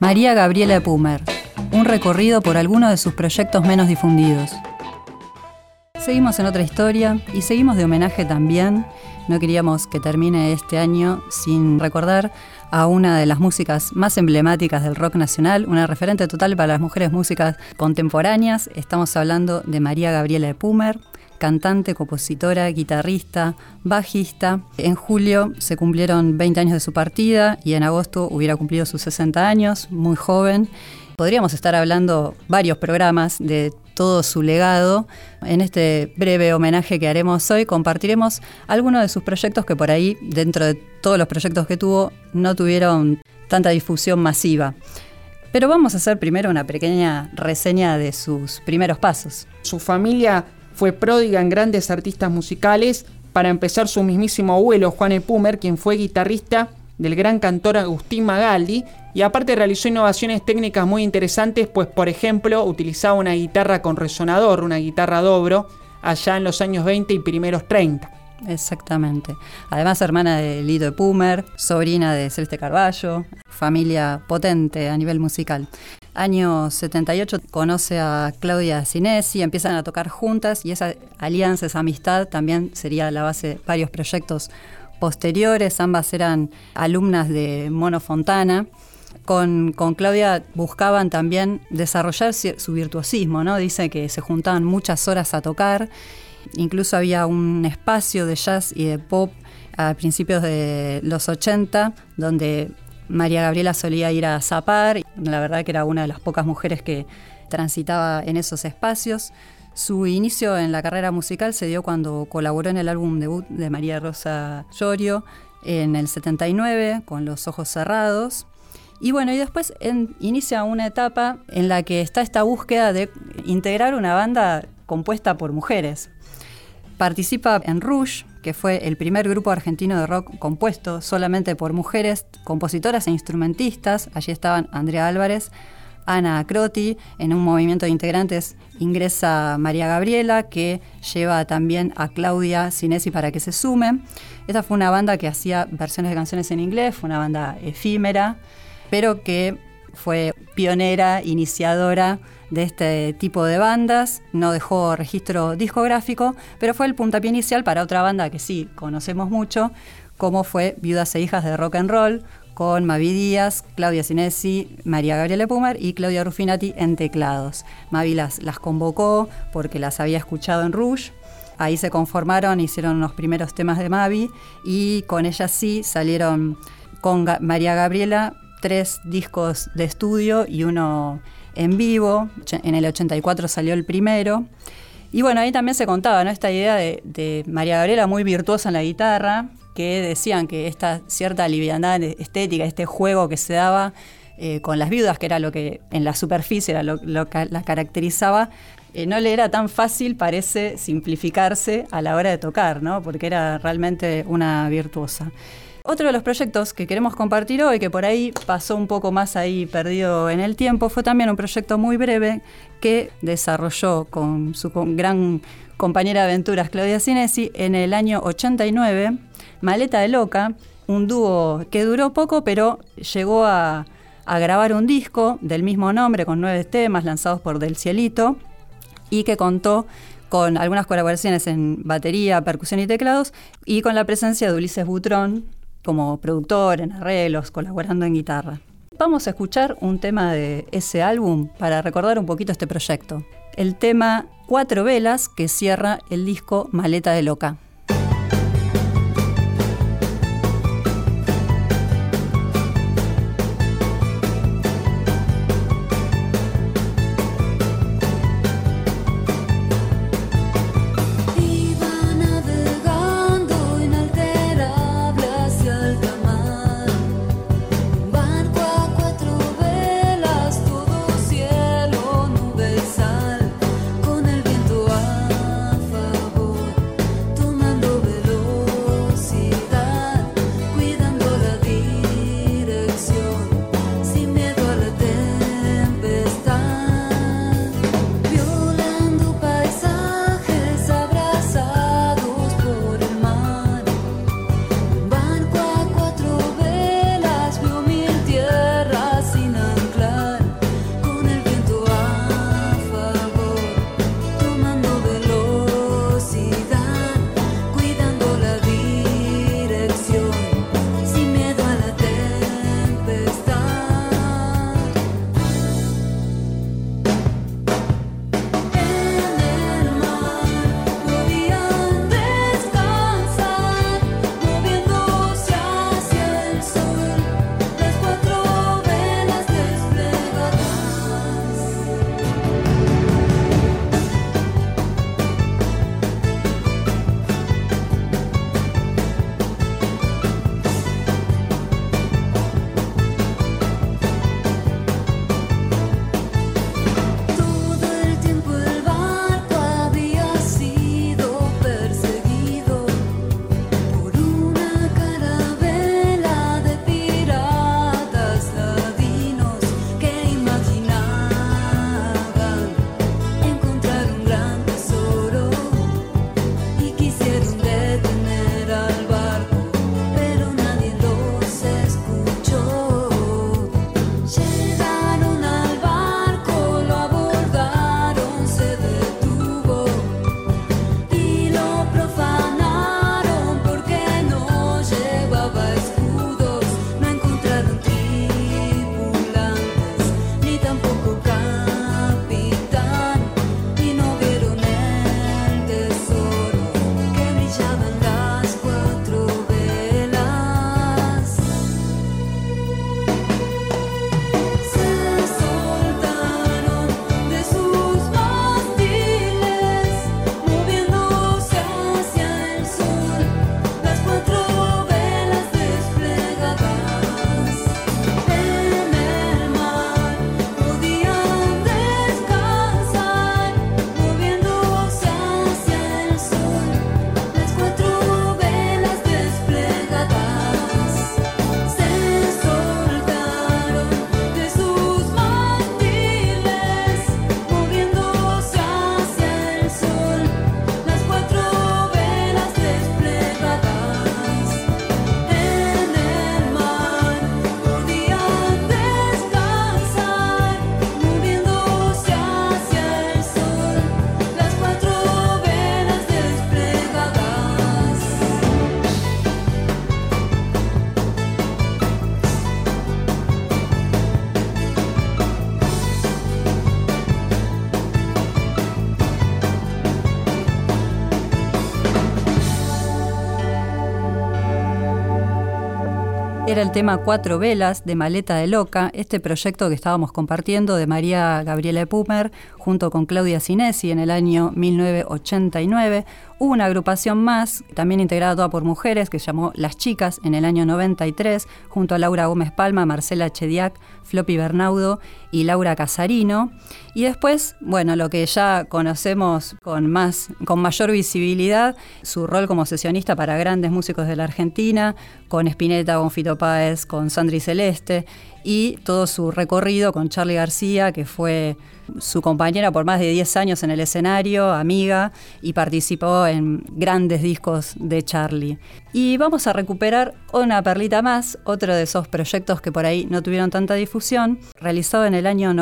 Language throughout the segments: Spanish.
María Gabriela Epumer, un recorrido por algunos de sus proyectos menos difundidos. Seguimos en otra historia y seguimos de homenaje también. No queríamos que termine este año sin recordar a una de las músicas más emblemáticas del rock nacional, una referente total para las mujeres músicas contemporáneas. Estamos hablando de María Gabriela Epumer, cantante, compositora, guitarrista, bajista. En julio se cumplieron 20 años de su partida y en agosto hubiera cumplido sus 60 años, muy joven. Podríamos estar hablando varios programas de todo su legado. En este breve homenaje que haremos hoy compartiremos algunos de sus proyectos que por ahí, dentro de todos los proyectos que tuvo, no tuvieron tanta difusión masiva. Pero vamos a hacer primero una pequeña reseña de sus primeros pasos. Su familia fue pródiga en grandes artistas musicales. Para empezar, su mismísimo abuelo, Juan Epumer, quien fue guitarrista del gran cantor Agustín Magaldi, y aparte realizó innovaciones técnicas muy interesantes, pues por ejemplo utilizaba una guitarra con resonador, una guitarra dobro, allá en los años 20 y primeros 30. Exactamente. Además, hermana de Lido Epumer, sobrina de Celeste Carballo, familia potente a nivel musical. Año 78 conoce a Claudia Sinesi, empiezan a tocar juntas y esa alianza, esa amistad también sería la base de varios proyectos posteriores. Ambas eran alumnas de Mono Fontana. Con Claudia buscaban también desarrollar su virtuosismo, ¿no? Dice que se juntaban muchas horas a tocar. Incluso había un espacio de jazz y de pop a principios de los 80, donde María Gabriela solía ir a zapar. La verdad que era una de las pocas mujeres que transitaba en esos espacios. Su inicio en la carrera musical se dio cuando colaboró en el álbum debut de María Rosa Llorio en el 79, con Los ojos cerrados. Y bueno, y después inicia una etapa en la que está esta búsqueda de integrar una banda compuesta por mujeres. Participa en Rush, que fue el primer grupo argentino de rock compuesto solamente por mujeres, compositoras e instrumentistas. Allí estaban Andrea Álvarez, Ana Croti. En un movimiento de integrantes ingresa María Gabriela, que lleva también a Claudia Sinesi para que se sume. Esta fue una banda que hacía versiones de canciones en inglés, fue una banda efímera, pero que fue pionera, iniciadora de este tipo de bandas. No dejó registro discográfico, pero fue el puntapié inicial para otra banda que sí conocemos mucho, como fue Viudas e Hijas de Rock and Roll, con Mavi Díaz, Claudia Sinesi, María Gabriela Epumer y Claudia Ruffinati en teclados. Mavi las convocó porque las había escuchado en Rush. Ahí se conformaron, hicieron los primeros temas de Mavi y con ella sí salieron con María Gabriela 3 discos de estudio y uno en vivo. En el 84 salió el primero. Y bueno, ahí también se contaba, ¿no?, esta idea de María Gabriela muy virtuosa en la guitarra, que decían que esta cierta liviandad estética, este juego que se daba con las viudas, que era lo que en la superficie era lo que la caracterizaba, no le era tan fácil, parece, simplificarse a la hora de tocar, ¿no?, porque era realmente una virtuosa. Otro de los proyectos que queremos compartir hoy, que por ahí pasó un poco más ahí perdido en el tiempo, fue también un proyecto muy breve que desarrolló con su gran compañera de aventuras Claudia Sinesi en el año 89, Maleta de Loca, un dúo que duró poco, pero llegó a grabar un disco del mismo nombre con 9 temas lanzados por Del Cielito y que contó con algunas colaboraciones en batería, percusión y teclados y con la presencia de Ulises Butrón como productor, en arreglos, colaborando en guitarra. Vamos a escuchar un tema de ese álbum para recordar un poquito este proyecto. El tema 4 velas que cierra el disco Maleta de Loca. Con el viento a favor, era el tema Cuatro Velas de Maleta de Loca, este proyecto que estábamos compartiendo de María Gabriela Epumer junto con Claudia Sinesi en el año 1989. Hubo una agrupación más, también integrada toda por mujeres, que se llamó Las Chicas en el año 93, junto a Laura Gómez Palma, Marcela Chediak, Floppy Bernaudo y Laura Casarino. Y después, bueno, lo que ya conocemos con mayor visibilidad, su rol como sesionista para grandes músicos de la Argentina, con Spinetta, con Fito Páez, con Sandri Celeste, y todo su recorrido con Charly García, que fue su compañera por más de 10 años en el escenario, amiga, y participó en grandes discos de Charly. Y vamos a recuperar una perlita más, otro de esos proyectos que por ahí no tuvieron tanta difusión, realizado en el año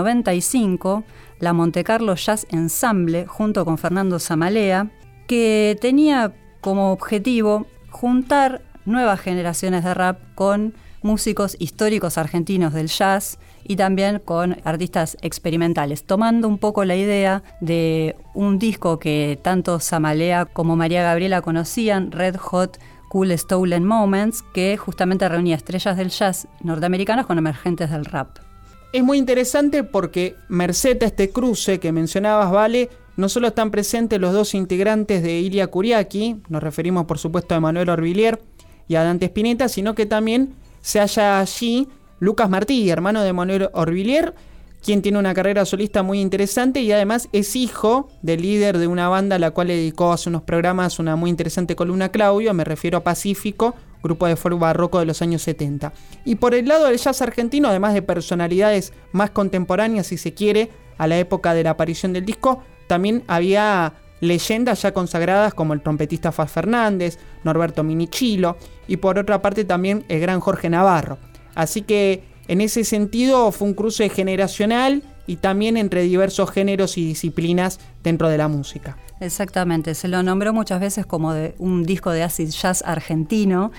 95, la Montecarlo Jazz Ensemble, junto con Fernando Zamalea, que tenía como objetivo juntar nuevas generaciones de rap con músicos históricos argentinos del jazz y también con artistas experimentales, tomando un poco la idea de un disco que tanto Zamalea como María Gabriela conocían, Red Hot Cool Stolen Moments, que justamente reunía estrellas del jazz norteamericanos con emergentes del rap. Es muy interesante porque merced a este cruce que mencionabas, Vale, no solo están presentes los dos integrantes de Ilia Kuriaki, nos referimos por supuesto a Emanuel Orvillier y a Dante Spinetta, sino que también se halla allí Lucas Martí, hermano de Manuel Orvillier, quien tiene una carrera solista muy interesante y además es hijo del líder de una banda a la cual le dedicó hace unos programas una muy interesante columna Claudio, me refiero a Pacífico, grupo de folk barroco de los años 70. Y por el lado del jazz argentino, además de personalidades más contemporáneas, si se quiere, a la época de la aparición del disco, también había leyendas ya consagradas como el trompetista Faz Fernández, Norberto Minichilo y por otra parte también el gran Jorge Navarro. Así que en ese sentido fue un cruce generacional y también entre diversos géneros y disciplinas dentro de la música. Exactamente, se lo nombró muchas veces como de un disco de acid jazz argentino.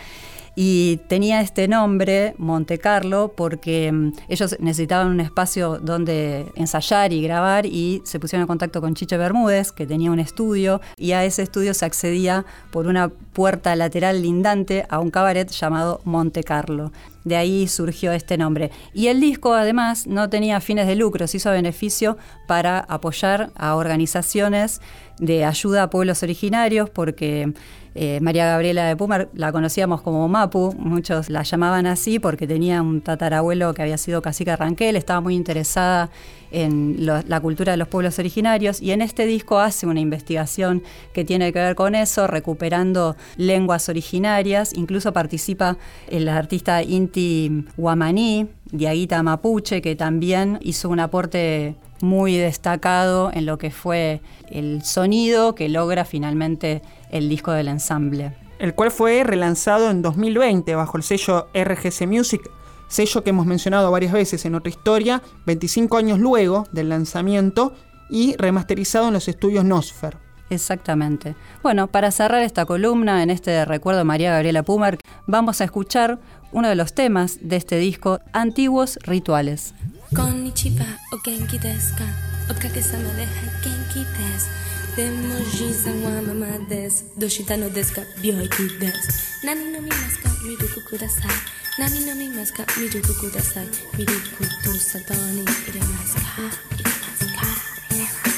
Y tenía este nombre, Montecarlo, porque ellos necesitaban un espacio donde ensayar y grabar y se pusieron en contacto con Chiche Bermúdez, que tenía un estudio, y a ese estudio se accedía por una puerta lateral lindante a un cabaret llamado Montecarlo. De ahí surgió este nombre. Y el disco, además, no tenía fines de lucro, se hizo a beneficio para apoyar a organizaciones de ayuda a pueblos originarios, porque María Gabriela Epumer la conocíamos como Mapu, muchos la llamaban así porque tenía un tatarabuelo que había sido cacique Ranquel, estaba muy interesada en la cultura de los pueblos originarios y en este disco hace una investigación que tiene que ver con eso, recuperando lenguas originarias, incluso participa el artista Inti Guamaní, Diaguita Mapuche, que también hizo un aporte muy destacado en lo que fue el sonido que logra finalmente el disco del ensamble. El cual fue relanzado en 2020 bajo el sello RGC Music, sello que hemos mencionado varias veces en otra historia, 25 años luego del lanzamiento y remasterizado en los estudios Nosfer. Exactamente. Bueno, para cerrar esta columna, en este recuerdo de María Gabriela Epumer, vamos a escuchar uno de los temas de este disco, Antiguos Rituales. Konnichiwa o genki desu ka? Okage-sama de genki desu. Demoji-san wa mama desu. Doshita no desu ka? Byoiku desu. Nani no mimasu ka? Miruku kudasai. Nani no mimasu ka? Miruku kudasai. Miruku to sato ni iremasu ka? Iremasu ka? Iremasu ka?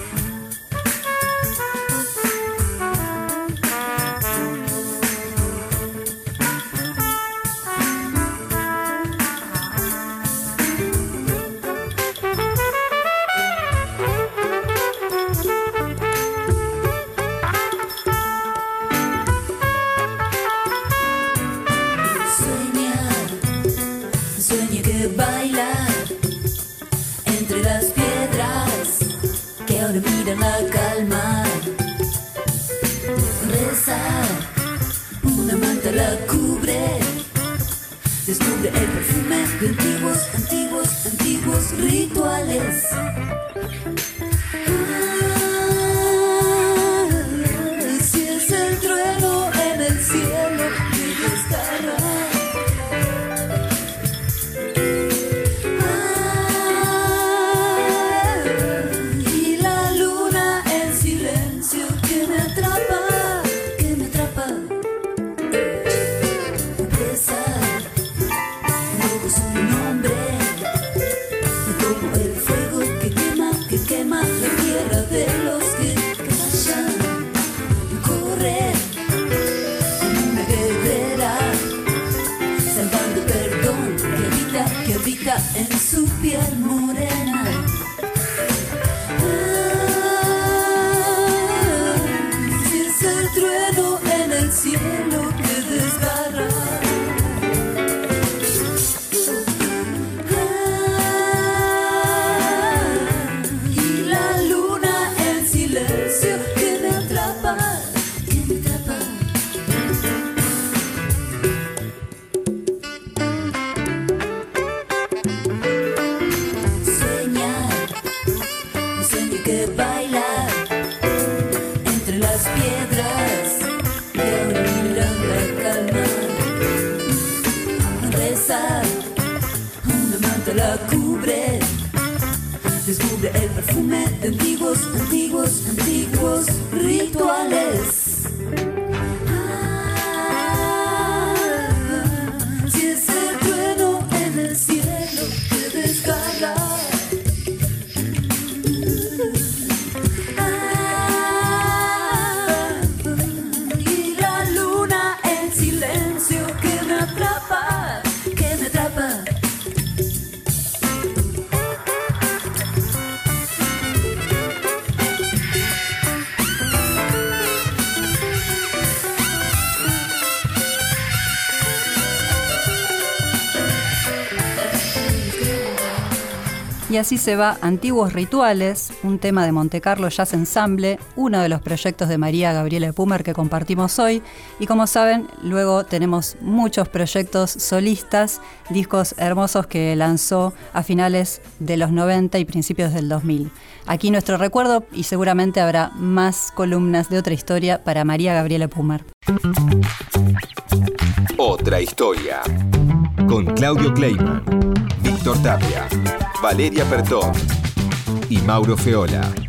La calma, rezar, una manta la cubre, descubre el perfume de antiguos rituales. Si es el trueno en el cielo que estará. Que me atrapa. su piel morena. Si es el trueno en el cielo que desgarra. Y la luna en silencio que me atrapa, que me atrapa. Un sueño que baila entre las piedras y ahora la calma. Reza, una manta la cubre, descubre el perfume de antiguos, antiguos, antiguos rituales. Si es el trueno en el cielo que descarga. Y la luna en silencio que me atrapa, que me atrapa. Y así se va Antiguos Rituales, un tema de Montecarlo Jazz Ensemble, uno de los proyectos de María Gabriela Epumer que compartimos hoy. Y como saben, luego tenemos muchos proyectos solistas, discos hermosos que lanzó a finales de los 90 y principios del 2000. Aquí nuestro recuerdo y seguramente habrá más columnas de otra historia para María Gabriela Epumer. Otra historia. Con Claudio Kleiman, Víctor Tapia, Valeria Pertón y Mauro Feola.